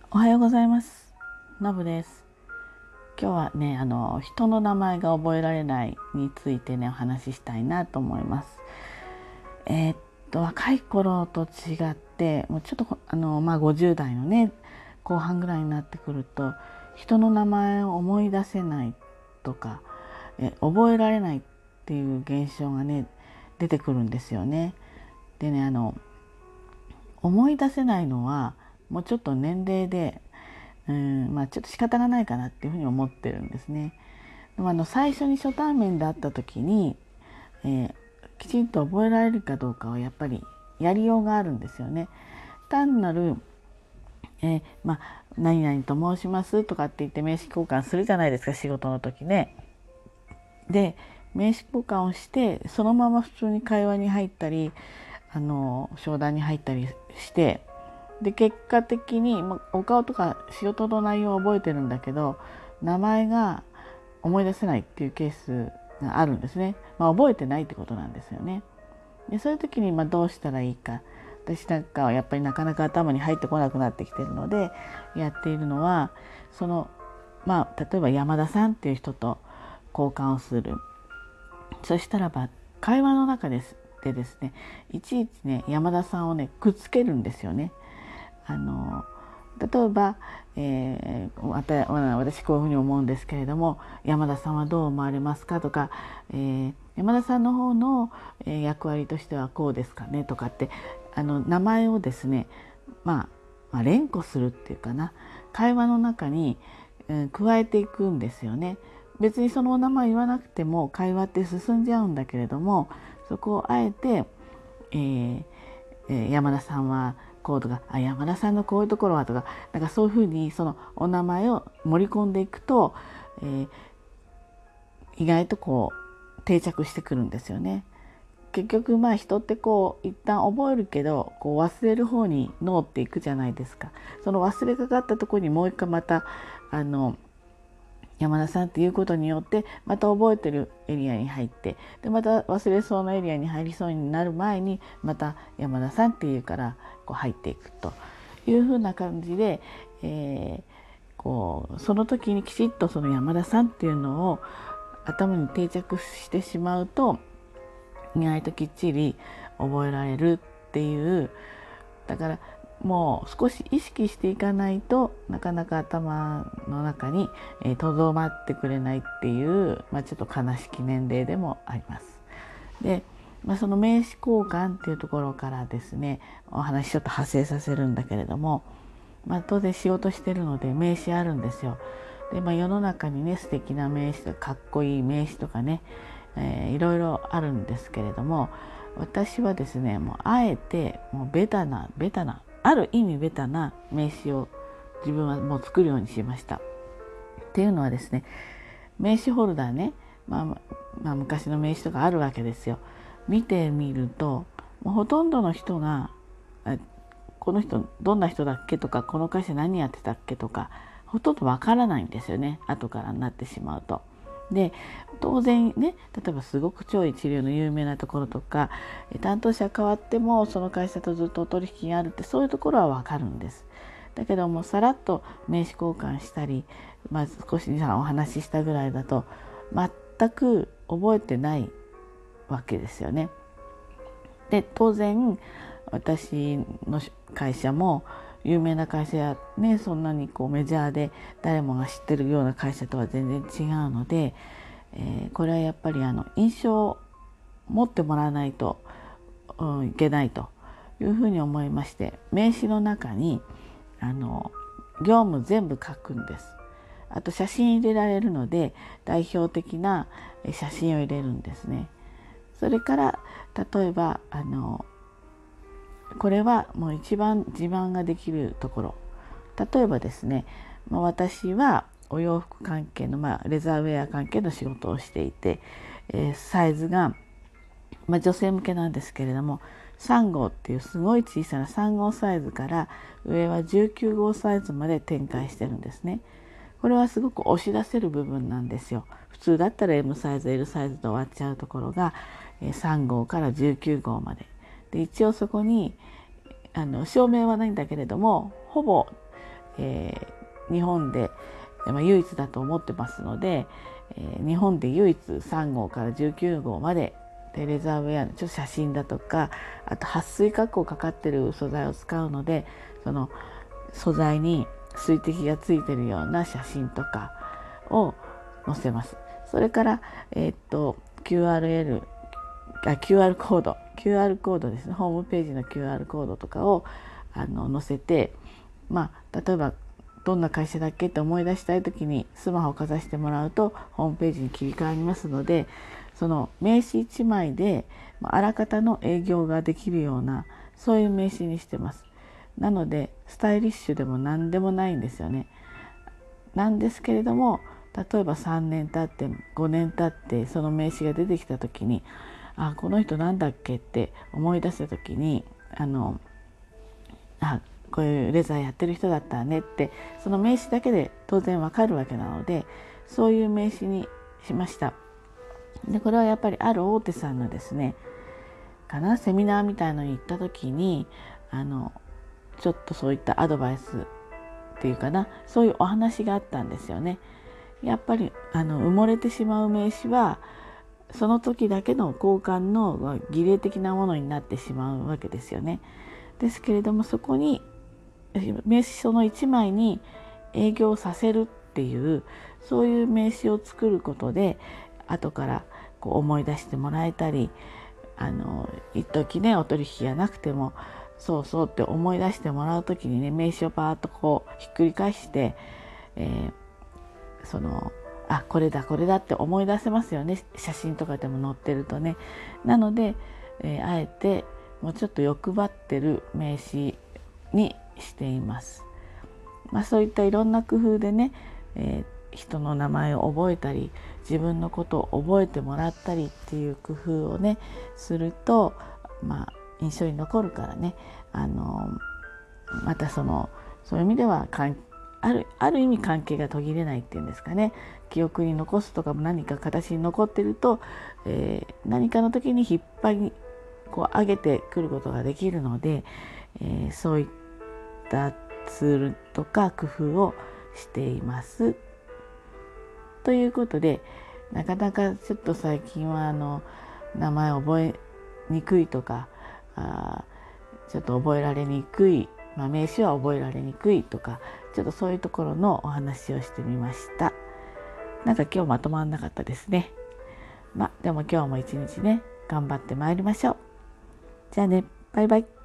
おはようございます。のぶです。今日はね、人の名前が覚えられないについてね、お話ししたいなと思います。若い頃と違って、もうちょっと50代のね、後半ぐらいになってくると、人の名前を思い出せないとか、覚えられないっていう現象がね、出てくるんですよね。でね、思い出せないのは、もうちょっと年齢でちょっと仕方がないかなっていうふうに思ってるんですね。でも最初に初対面で会った時に、きちんと覚えられるかどうかはやっぱりやりようがあるんですよね。単なる、何々と申しますとかって言って名刺交換するじゃないですか、仕事の時ね。で、名刺交換をしてそのまま普通に会話に入ったり商談に入ったりして、で結果的に、お顔とか仕事の内容は覚えてるんだけど名前が思い出せないっていうケースがあるんですね。覚えてないってことなんですよね。でそういう時にどうしたらいいか、私なんかはやっぱりなかなか頭に入ってこなくなってきてるのでやっているのは、例えば山田さんっていう人と交換をする。そしたら会話の中でですね、いちいちね山田さんをねくっつけるんですよね。例えば、私こういうふうに思うんですけれども、山田さんはどう思われますかとか、山田さんの方の役割としてはこうですかねとかって、名前をですね、連呼するっていうかな、会話の中に、加えていくんですよね。別にそのお名前言わなくても会話って進んじゃうんだけれども、そこをあえて、山田さんはこうとか、山田さんのこういうところはとか、なんかそういうふうにそのお名前を盛り込んでいくと、意外と定着してくるんですよね。結局人って一旦覚えるけど忘れる方に脳っていくじゃないですか。その忘れかかったところにもう一回また山田さんっていうことによってまた覚えてるエリアに入って、でまた忘れそうなエリアに入りそうになる前にまた山田さんっていうから入っていくというふうな感じで、その時にきちっとその山田さんっていうのを頭に定着してしまうと、意外ときっちり覚えられるっていう。だからもう少し意識していかないとなかなか頭の中にとどまってくれないっていう、ちょっと悲しき年齢でもあります。で、その名刺交換っていうところからですね、お話ちょっと派生させるんだけれども、当然仕事してるので名刺あるんですよ。で、世の中にね素敵な名刺とかかっこいい名刺とかね、いろいろあるんですけれども、私はですねもうあえてもうベタなある意味ベタな名刺を自分はもう作るようにしました。っていうのはですね、名刺ホルダーね、昔の名刺とかあるわけですよ。見てみるともうほとんどの人がこの人どんな人だっけとか、この会社何やってたっけとかほとんどわからないんですよね、後からになってしまうと。で当然ね、例えばすごく超一流の有名なところとか担当者変わってもその会社とずっとお取引があるって、そういうところはわかるんです。だけどもさらっと名刺交換したり、少しお話ししたぐらいだと全く覚えてないわけですよね。で当然私の会社も有名な会社やね、そんなにメジャーで誰もが知ってるような会社とは全然違うので、これはやっぱり印象を持ってもらわないと、いけないというふうに思いまして、名刺の中に業務全部書くんです。あと写真入れられるので代表的な写真を入れるんですね。それから例えばこれはもう一番自慢ができるところ。例えばですね、私はお洋服関係の、レザーウェア関係の仕事をしていて、サイズが、女性向けなんですけれども3号っていうすごい小さな3号サイズから上は19号サイズまで展開してるんですね。これはすごく押し出せる部分なんですよ。普通だったら M サイズ L サイズで終わっちゃうところが3号から19号まで。で一応そこに証明はないんだけれどもほぼ、 日本で、唯一だと思ってますので、日本で唯一3号から19号までレザーウェアのちょっと写真だとか、あと撥水加工かかってる素材を使うので、その素材に水滴がついてるような写真とかを載せます。それから、QR コードですね、ホームページの QR コードとかを載せて、例えばどんな会社だっけって思い出したい時にスマホをかざしてもらうとホームページに切り替わりますので、その名刺1枚であらかたの営業ができるような、そういう名刺にしてます。なのでスタイリッシュでも何でもないんですよね。なんですけれども、例えば3年経って5年経ってその名刺が出てきた時に、この人なんだっけって思い出した時に、こういうレザーやってる人だったねって、その名刺だけで当然わかるわけなので、そういう名刺にしました。でこれはやっぱりある大手さんのですねセミナーみたいのに行った時に、ちょっとそういったアドバイスっていうかな、そういうお話があったんですよね。やっぱり埋もれてしまう名刺はその時だけの交換の儀礼的なものになってしまうわけですよね。ですけれども、そこに名刺その1枚に営業させるっていう、そういう名刺を作ることで後から思い出してもらえたり、一時ねお取引がなくてもそうそうって思い出してもらう時にね、名刺をパーッとひっくり返して、これだって思い出せますよね、写真とかでも載ってるとね。なので、あえてもうちょっと欲張ってる名刺にしています。そういったいろんな工夫でね、人の名前を覚えたり自分のことを覚えてもらったりっていう工夫をねすると、印象に残るからね、またそういう意味ではある意味関係が途切れないっていうんですかね。記憶に残すとか何か形に残ってると、何かの時に引っ張り上げてくることができるので、そういったツールとか工夫をしています。ということで、なかなかちょっと最近は名前覚えにくいとか、ちょっと覚えられにくい、名刺は覚えられにくいとか、ちょっとそういうところのお話をしてみました。なんか今日まとまらなかったですね。でも今日も一日ね頑張ってまいりましょう。じゃあね、バイバイ。